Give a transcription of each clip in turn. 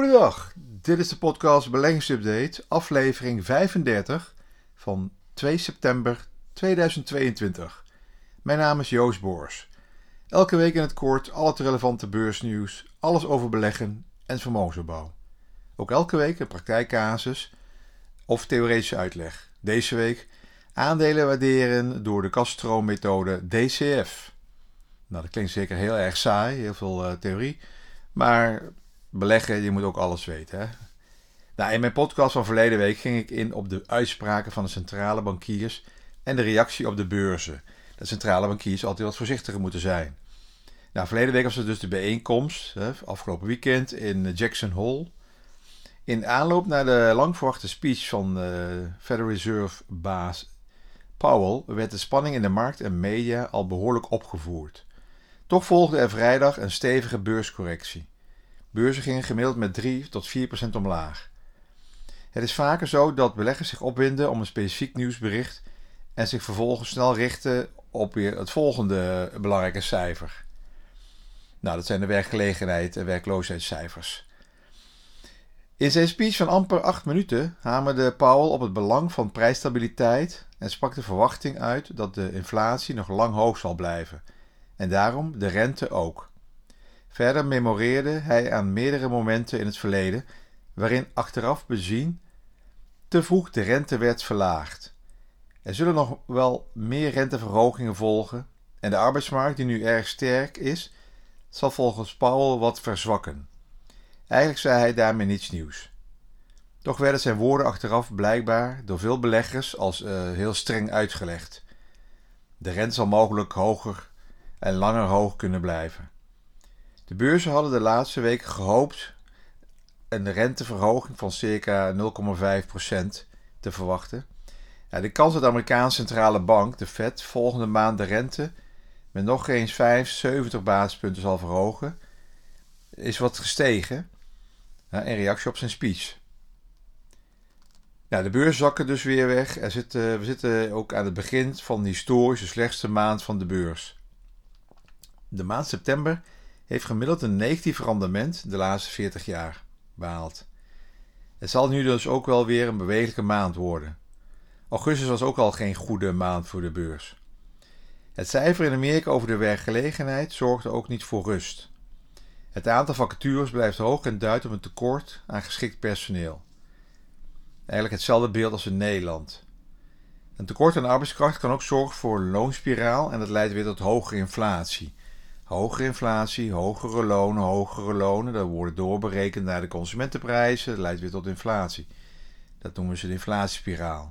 Goedendag, dit is de podcast Beleggingsupdate, aflevering 35 van 2 september 2022. Mijn naam is Joost Boors. Elke week in het kort al het relevante beursnieuws, alles over beleggen en vermogensopbouw. Ook elke week een praktijkcasus of theoretische uitleg. Deze week aandelen waarderen door de Castro-methode DCF. Nou, dat klinkt zeker heel erg saai, heel veel theorie, maar beleggen, je moet ook alles weten. Hè? Nou, in mijn podcast van verleden week ging ik in op de uitspraken van de centrale bankiers en de reactie op de beurzen. Dat centrale bankiers altijd wat voorzichtiger moeten zijn. Nou, verleden week was er dus de bijeenkomst, afgelopen weekend in Jackson Hole. In aanloop naar de lang verwachte speech van Federal Reserve baas Powell werd de spanning in de markt en media al behoorlijk opgevoerd. Toch volgde er vrijdag een stevige beurscorrectie. Beurzen gingen gemiddeld met 3-4% omlaag. Het is vaker zo dat beleggers zich opwinden om een specifiek nieuwsbericht en zich vervolgens snel richten op weer het volgende belangrijke cijfer. Nou, dat zijn de werkgelegenheid en werkloosheidscijfers. In zijn speech van amper 8 minuten hamerde Powell op het belang van prijsstabiliteit en sprak de verwachting uit dat de inflatie nog lang hoog zal blijven en daarom de rente ook. Verder memoreerde hij aan meerdere momenten in het verleden waarin achteraf bezien te vroeg de rente werd verlaagd. Er zullen nog wel meer renteverhogingen volgen en de arbeidsmarkt die nu erg sterk is, zal volgens Powell wat verzwakken. Eigenlijk zei hij daarmee niets nieuws. Toch werden zijn woorden achteraf blijkbaar door veel beleggers als heel streng uitgelegd. De rente zal mogelijk hoger en langer hoog kunnen blijven. De beurzen hadden de laatste weken gehoopt een renteverhoging van circa 0,5% te verwachten. Ja, de kans dat de Amerikaanse centrale bank, de Fed, volgende maand de rente met nog eens 75 basispunten zal verhogen, is wat gestegen in reactie op zijn speech. Ja, de beurs zakken dus weer weg. We zitten ook aan het begin van de historische slechtste maand van de beurs. De maand september heeft gemiddeld een negatief rendement de laatste 40 jaar behaald. Het zal nu dus ook wel weer een bewegelijke maand worden. Augustus was ook al geen goede maand voor de beurs. Het cijfer in Amerika over de werkgelegenheid zorgde ook niet voor rust. Het aantal vacatures blijft hoog en duidt op een tekort aan geschikt personeel. Eigenlijk hetzelfde beeld als in Nederland. Een tekort aan arbeidskracht kan ook zorgen voor een loonspiraal en dat leidt weer tot hogere inflatie. Hogere inflatie, hogere lonen, dat worden doorberekend naar de consumentenprijzen, dat leidt weer tot inflatie. Dat noemen ze de inflatiespiraal.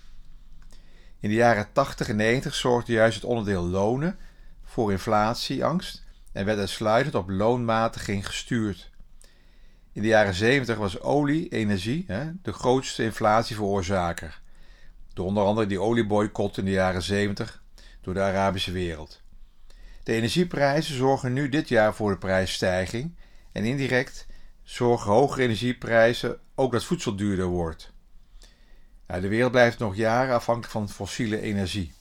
In de jaren 80 en 90 zorgde juist het onderdeel lonen voor inflatieangst en werd uitsluitend op loonmatiging gestuurd. In de jaren 70 was energie, de grootste inflatieveroorzaker. Door onder andere die olieboycott in de jaren 70 door de Arabische wereld. De energieprijzen zorgen nu dit jaar voor de prijsstijging en indirect zorgen hogere energieprijzen ook dat voedsel duurder wordt. De wereld blijft nog jaren afhankelijk van fossiele energie.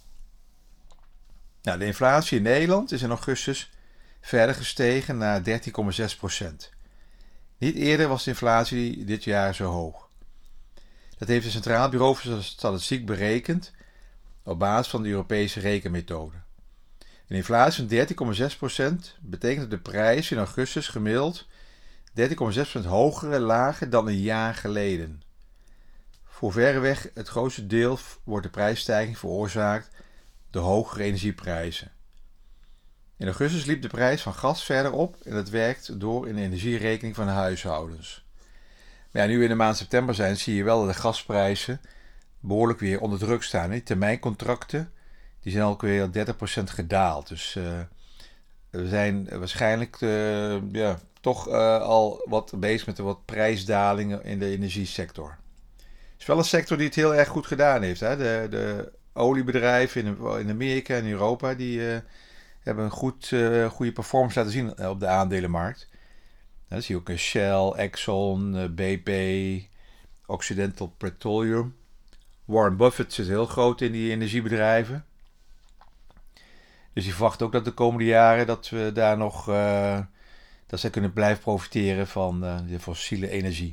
De inflatie in Nederland is in augustus verder gestegen naar 13,6%. Niet eerder was de inflatie dit jaar zo hoog. Dat heeft het Centraal Bureau voor Statistiek berekend op basis van de Europese rekenmethode. Een inflatie van 13,6% betekent dat de prijs in augustus gemiddeld 13,6% lager dan een jaar geleden. Voor verreweg het grootste deel wordt de prijsstijging veroorzaakt door hogere energieprijzen. In augustus liep de prijs van gas verder op en dat werkt door in de energierekening van de huishoudens. Maar nu we in de maand september zijn, zie je wel dat de gasprijzen behoorlijk weer onder druk staan. Die termijncontracten die zijn ook weer 30% gedaald. Dus we zijn waarschijnlijk toch al wat bezig met wat prijsdalingen in de energiesector. Het is wel een sector die het heel erg goed gedaan heeft. Hè? De oliebedrijven in Amerika en Europa die hebben een goede performance laten zien op de aandelenmarkt. Dan zie je ook Shell, Exxon, BP, Occidental Petroleum. Warren Buffett zit heel groot in die energiebedrijven. Dus die verwacht ook dat de komende jaren dat we daar nog dat zij kunnen blijven profiteren van de fossiele energie.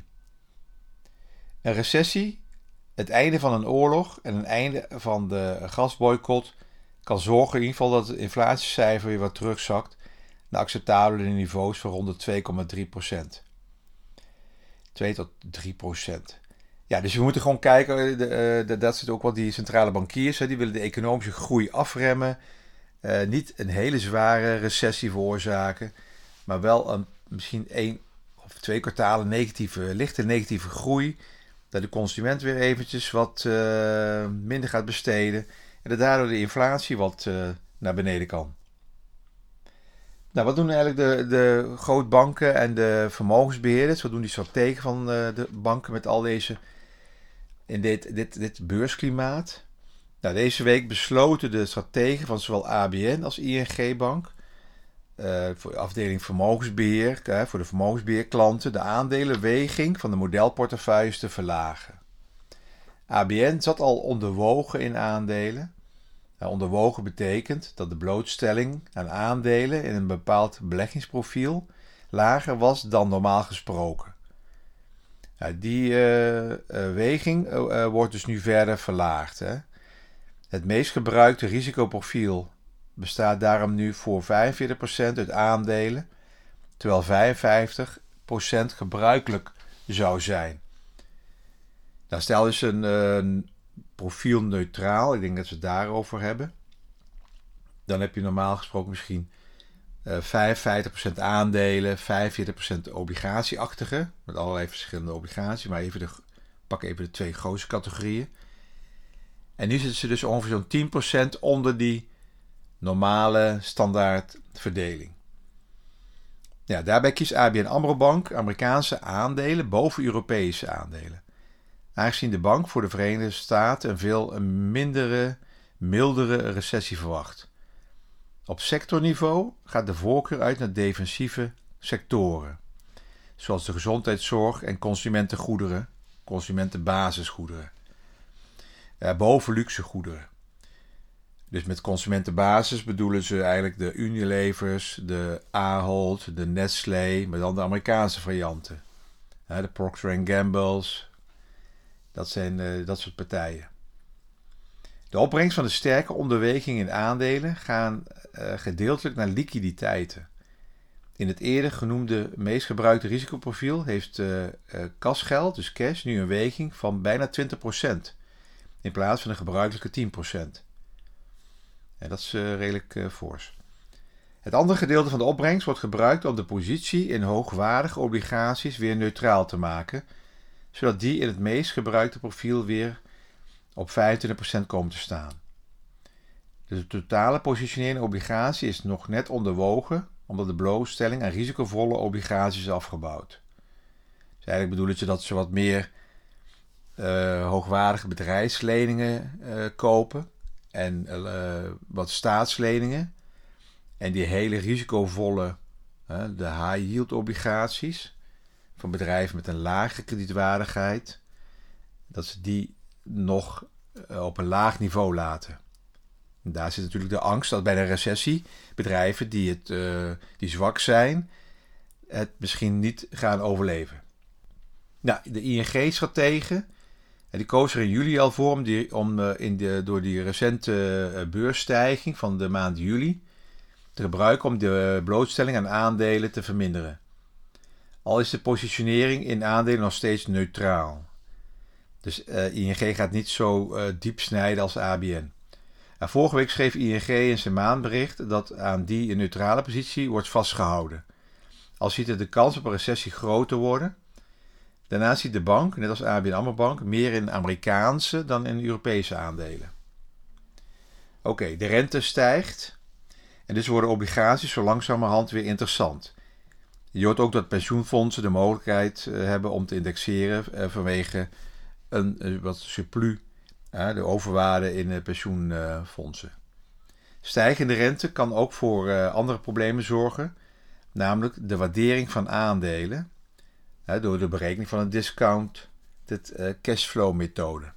Een recessie, het einde van een oorlog en een einde van de gasboycott kan zorgen in ieder geval dat het inflatiecijfer weer wat terugzakt naar acceptabele niveaus van rond de 2,3%. 2 tot 3%. Ja, dus we moeten gewoon kijken, dat zit ook wat die centrale bankiers, die willen de economische groei afremmen. Niet een hele zware recessie veroorzaken, maar wel misschien 1 of 2 kwartalen lichte negatieve groei. Dat de consument weer eventjes wat minder gaat besteden. En dat daardoor de inflatie wat naar beneden kan. Nou, wat doen eigenlijk de grootbanken en de vermogensbeheerders? Wat doen die strategen van de banken met al deze in dit beursklimaat? Nou, deze week besloten de strategen van zowel ABN als ING Bank voor de afdeling vermogensbeheer, voor de vermogensbeheerklanten, de aandelenweging van de modelportefeuilles te verlagen. ABN zat al onderwogen in aandelen. Nou, onderwogen betekent dat de blootstelling aan aandelen in een bepaald beleggingsprofiel lager was dan normaal gesproken. Nou, die weging wordt dus nu verder verlaagd. Hè. Het meest gebruikte risicoprofiel bestaat daarom nu voor 45% uit aandelen, terwijl 55% gebruikelijk zou zijn. Nou, stel dus een profiel neutraal, ik denk dat we het daarover hebben. Dan heb je normaal gesproken misschien 55% aandelen, 45% obligatieachtige, met allerlei verschillende obligaties, maar pak even de 2 grootste categorieën. En nu zitten ze dus ongeveer zo'n 10% onder die normale standaard verdeling. Ja, daarbij kiest ABN AMRO Bank Amerikaanse aandelen boven Europese aandelen. Aangezien de bank voor de Verenigde Staten een veel mildere recessie verwacht. Op sectorniveau gaat de voorkeur uit naar defensieve sectoren, zoals de gezondheidszorg en consumentengoederen, consumentenbasisgoederen, boven luxe goederen. Dus met consumentenbasis bedoelen ze eigenlijk de Unilevers, de Ahold, de Nestlé, maar dan de Amerikaanse varianten. De Procter & Gamble's, dat zijn dat soort partijen. De opbrengst van de sterke onderweging in aandelen gaan gedeeltelijk naar liquiditeiten. In het eerder genoemde meest gebruikte risicoprofiel heeft kasgeld, dus cash, nu een weging van bijna 20%. In plaats van de gebruikelijke 10%. En dat is redelijk fors. Het andere gedeelte van de opbrengst wordt gebruikt om de positie in hoogwaardige obligaties weer neutraal te maken, zodat die in het meest gebruikte profiel weer op 25% komen te staan. Dus de totale positionering in obligatie is nog net onderwogen, omdat de blootstelling aan risicovolle obligaties is afgebouwd. Dus eigenlijk bedoelen ze dat ze wat meer hoogwaardige bedrijfsleningen kopen en wat staatsleningen. En die hele risicovolle, de high yield obligaties van bedrijven met een lage kredietwaardigheid, dat ze die nog op een laag niveau laten. En daar zit natuurlijk de angst dat bij de recessie bedrijven die zwak zijn, het misschien niet gaan overleven. Nou, de ING-strategen, die koos er in juli al voor door die recente beursstijging van de maand juli te gebruiken om de blootstelling aan aandelen te verminderen. Al is de positionering in aandelen nog steeds neutraal. Dus ING gaat niet zo diep snijden als ABN. Vorige week schreef ING in zijn maandbericht dat aan die neutrale positie wordt vastgehouden. Al ziet er de kans op een recessie groter worden. Daarnaast ziet de bank, net als ABN AMRO Bank, meer in Amerikaanse dan in Europese aandelen. Oké, de rente stijgt en dus worden obligaties zo langzamerhand weer interessant. Je hoort ook dat pensioenfondsen de mogelijkheid hebben om te indexeren vanwege een wat surplus, de overwaarde in pensioenfondsen. Stijgende rente kan ook voor andere problemen zorgen, namelijk de waardering van aandelen, door de berekening van een discounted cashflow methode.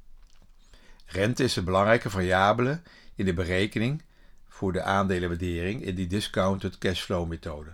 Rente is een belangrijke variabele in de berekening voor de aandelenwaardering in die discounted cashflow methode.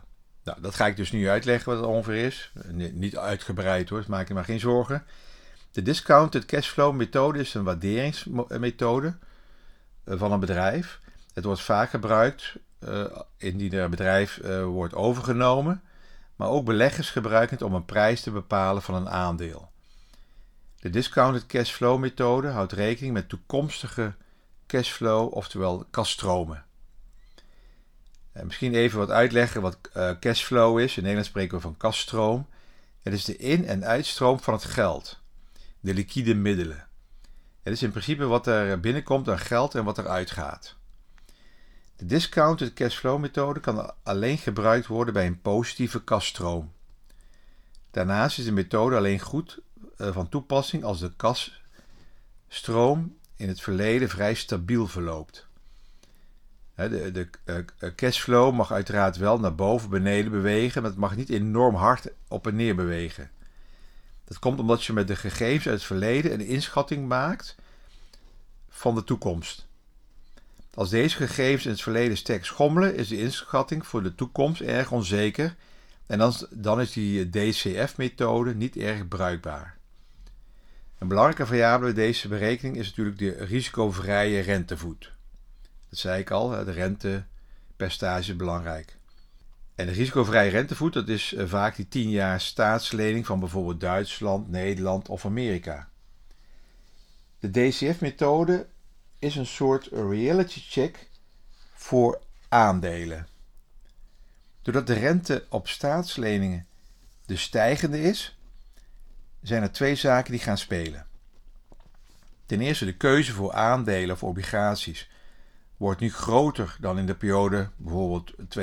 Nou, dat ga ik dus nu uitleggen wat het ongeveer is. Niet uitgebreid hoor, dus maak je maar geen zorgen. De discounted cashflow methode is een waarderingsmethode van een bedrijf. Het wordt vaak gebruikt indien er een bedrijf wordt overgenomen, maar ook beleggers gebruiken het om een prijs te bepalen van een aandeel. De discounted cashflow methode houdt rekening met toekomstige cashflow, oftewel kasstromen. Misschien even wat uitleggen wat cashflow is. In Nederland spreken we van kasstroom. Het is de in- en uitstroom van het geld. De liquide middelen. Het is in principe wat er binnenkomt aan geld en wat er uitgaat. De discounted cashflow methode kan alleen gebruikt worden bij een positieve kasstroom. Daarnaast is de methode alleen goed van toepassing als de kasstroom in het verleden vrij stabiel verloopt. De cashflow mag uiteraard wel naar boven beneden bewegen, maar het mag niet enorm hard op en neer bewegen. Dat komt omdat je met de gegevens uit het verleden een inschatting maakt van de toekomst. Als deze gegevens in het verleden sterk schommelen, is de inschatting voor de toekomst erg onzeker en dan is die DCF-methode niet erg bruikbaar. Een belangrijke variabele bij deze berekening is natuurlijk de risicovrije rentevoet. Dat zei ik al, de rentepercentage is belangrijk. En de risicovrije rentevoet, dat is vaak die 10 jaar staatslening van bijvoorbeeld Duitsland, Nederland of Amerika. De DCF-methode is een soort reality check voor aandelen. Doordat de rente op staatsleningen de stijgende is, zijn er 2 zaken die gaan spelen. Ten eerste de keuze voor aandelen of obligaties wordt nu groter dan in de periode bijvoorbeeld 2010-2022.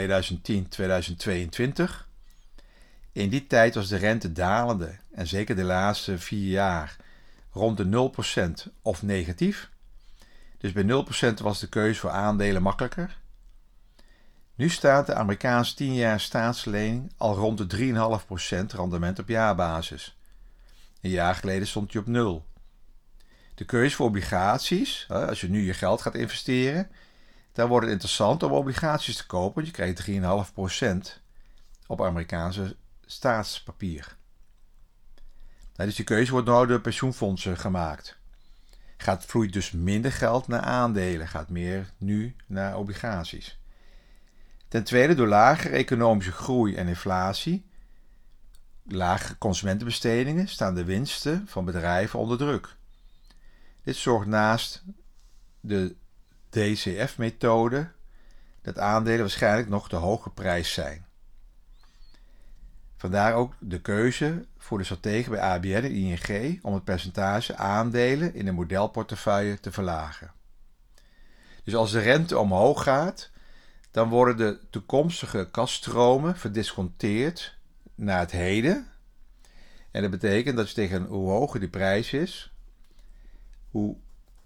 In die tijd was de rente dalende en zeker de laatste 4 jaar rond de 0% of negatief. Dus bij 0% was de keuze voor aandelen makkelijker. Nu staat de Amerikaanse 10 jaar staatslening al rond de 3,5% rendement op jaarbasis. Een jaar geleden stond hij op 0. De keuze voor obligaties, als je nu je geld gaat investeren, dan wordt het interessant om obligaties te kopen, want je krijgt 3,5% op Amerikaanse staatspapier. Dus die keuze wordt nou door pensioenfondsen gemaakt. Vloeit dus minder geld naar aandelen, gaat meer nu naar obligaties. Ten tweede, door lagere economische groei en inflatie, lage consumentenbestedingen, staan de winsten van bedrijven onder druk. Dit zorgt naast de DCF-methode dat aandelen waarschijnlijk nog te hoog geprijsd zijn. Vandaar ook de keuze voor de strategen bij ABN en ING om het percentage aandelen in de modelportefeuille te verlagen. Dus als de rente omhoog gaat, dan worden de toekomstige kasstromen verdisconteerd naar het heden. En dat betekent dat je tegen hoe hoger die prijs is, hoe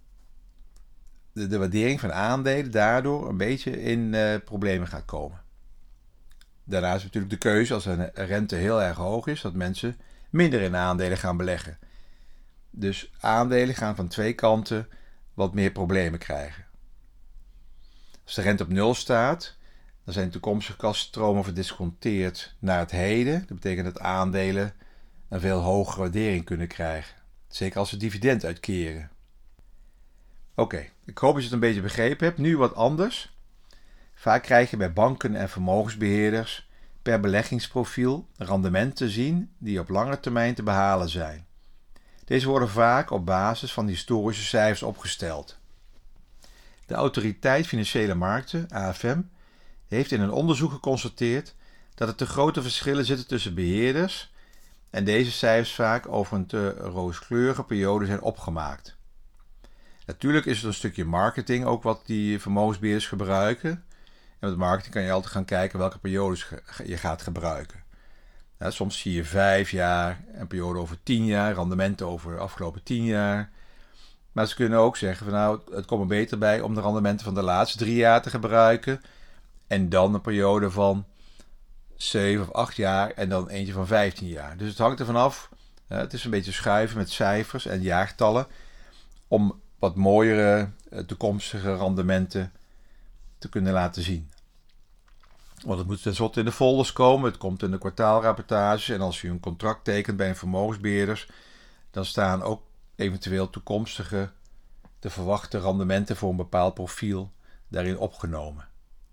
de waardering van aandelen daardoor een beetje in problemen gaat komen. Daarnaast is natuurlijk de keuze als een rente heel erg hoog is, dat mensen minder in aandelen gaan beleggen. Dus aandelen gaan van 2 kanten wat meer problemen krijgen. Als de rente op 0 staat, dan zijn toekomstige kasstromen verdisconteerd naar het heden. Dat betekent dat aandelen een veel hogere waardering kunnen krijgen. Zeker als ze dividend uitkeren. Oké, ik hoop dat je het een beetje begrepen hebt. Nu wat anders. Vaak krijg je bij banken en vermogensbeheerders per beleggingsprofiel rendementen te zien die op lange termijn te behalen zijn. Deze worden vaak op basis van historische cijfers opgesteld. De Autoriteit Financiële Markten, AFM, heeft in een onderzoek geconstateerd dat er te grote verschillen zitten tussen beheerders en deze cijfers vaak over een te rooskleurige periode zijn opgemaakt. Natuurlijk is het een stukje marketing ook wat die vermogensbeheerders gebruiken. En met marketing kan je altijd gaan kijken welke periodes je gaat gebruiken. Ja, soms zie je 5 jaar, een periode over 10 jaar, rendementen over de afgelopen 10 jaar. Maar ze kunnen ook zeggen van nou, het komt er beter bij om de rendementen van de laatste 3 jaar te gebruiken. En dan een periode van 7 of 8 jaar en dan eentje van 15 jaar. Dus het hangt ervan af. Het is een beetje schuiven met cijfers en jaartallen om wat mooiere toekomstige rendementen te kunnen laten zien. Want het moet tenslotte in de folders komen. Het komt in de kwartaalrapportages. En als u een contract tekent bij een vermogensbeheerder, dan staan ook eventueel toekomstige te verwachte rendementen voor een bepaald profiel daarin opgenomen.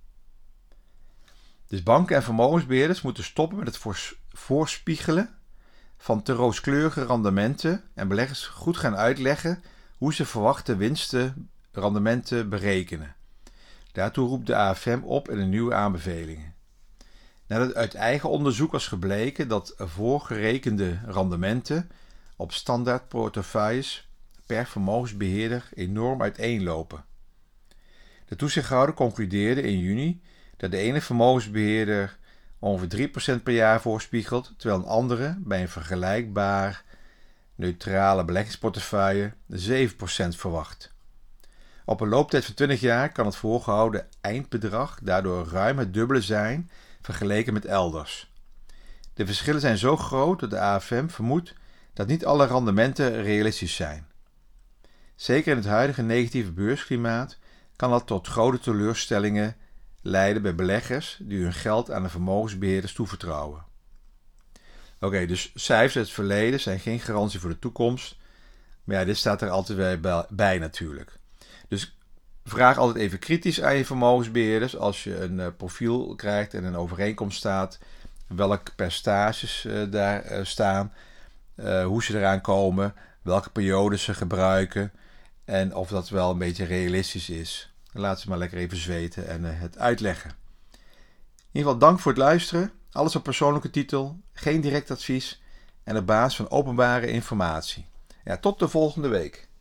Dus banken en vermogensbeheerders moeten stoppen met het voorspiegelen van te rooskleurige rendementen en beleggers goed gaan uitleggen hoe ze verwachte rendementen berekenen. Daartoe roept de AFM op in de nieuwe aanbevelingen. Nadat uit eigen onderzoek was gebleken dat voorgerekende rendementen op standaard portefeuilles per vermogensbeheerder enorm uiteenlopen. De toezichthouder concludeerde in juni dat de ene vermogensbeheerder ongeveer 3% per jaar voorspiegelt, terwijl een andere bij een vergelijkbaar neutrale beleggingsportefeuille 7% verwacht. Op een looptijd van 20 jaar kan het voorgehouden eindbedrag daardoor ruim het dubbele zijn vergeleken met elders. De verschillen zijn zo groot dat de AFM vermoedt dat niet alle rendementen realistisch zijn. Zeker in het huidige negatieve beursklimaat kan dat tot grote teleurstellingen leiden bij beleggers die hun geld aan de vermogensbeheerders toevertrouwen. Oké, dus cijfers uit het verleden zijn geen garantie voor de toekomst. Maar ja, dit staat er altijd bij natuurlijk. Dus vraag altijd even kritisch aan je vermogensbeheerders als je een profiel krijgt en een overeenkomst staat. Welke percentages daar staan, hoe ze eraan komen, welke periodes ze gebruiken en of dat wel een beetje realistisch is. Laat ze maar lekker even zweten en het uitleggen. In ieder geval dank voor het luisteren. Alles op persoonlijke titel, geen direct advies en op basis van openbare informatie. Ja, tot de volgende week.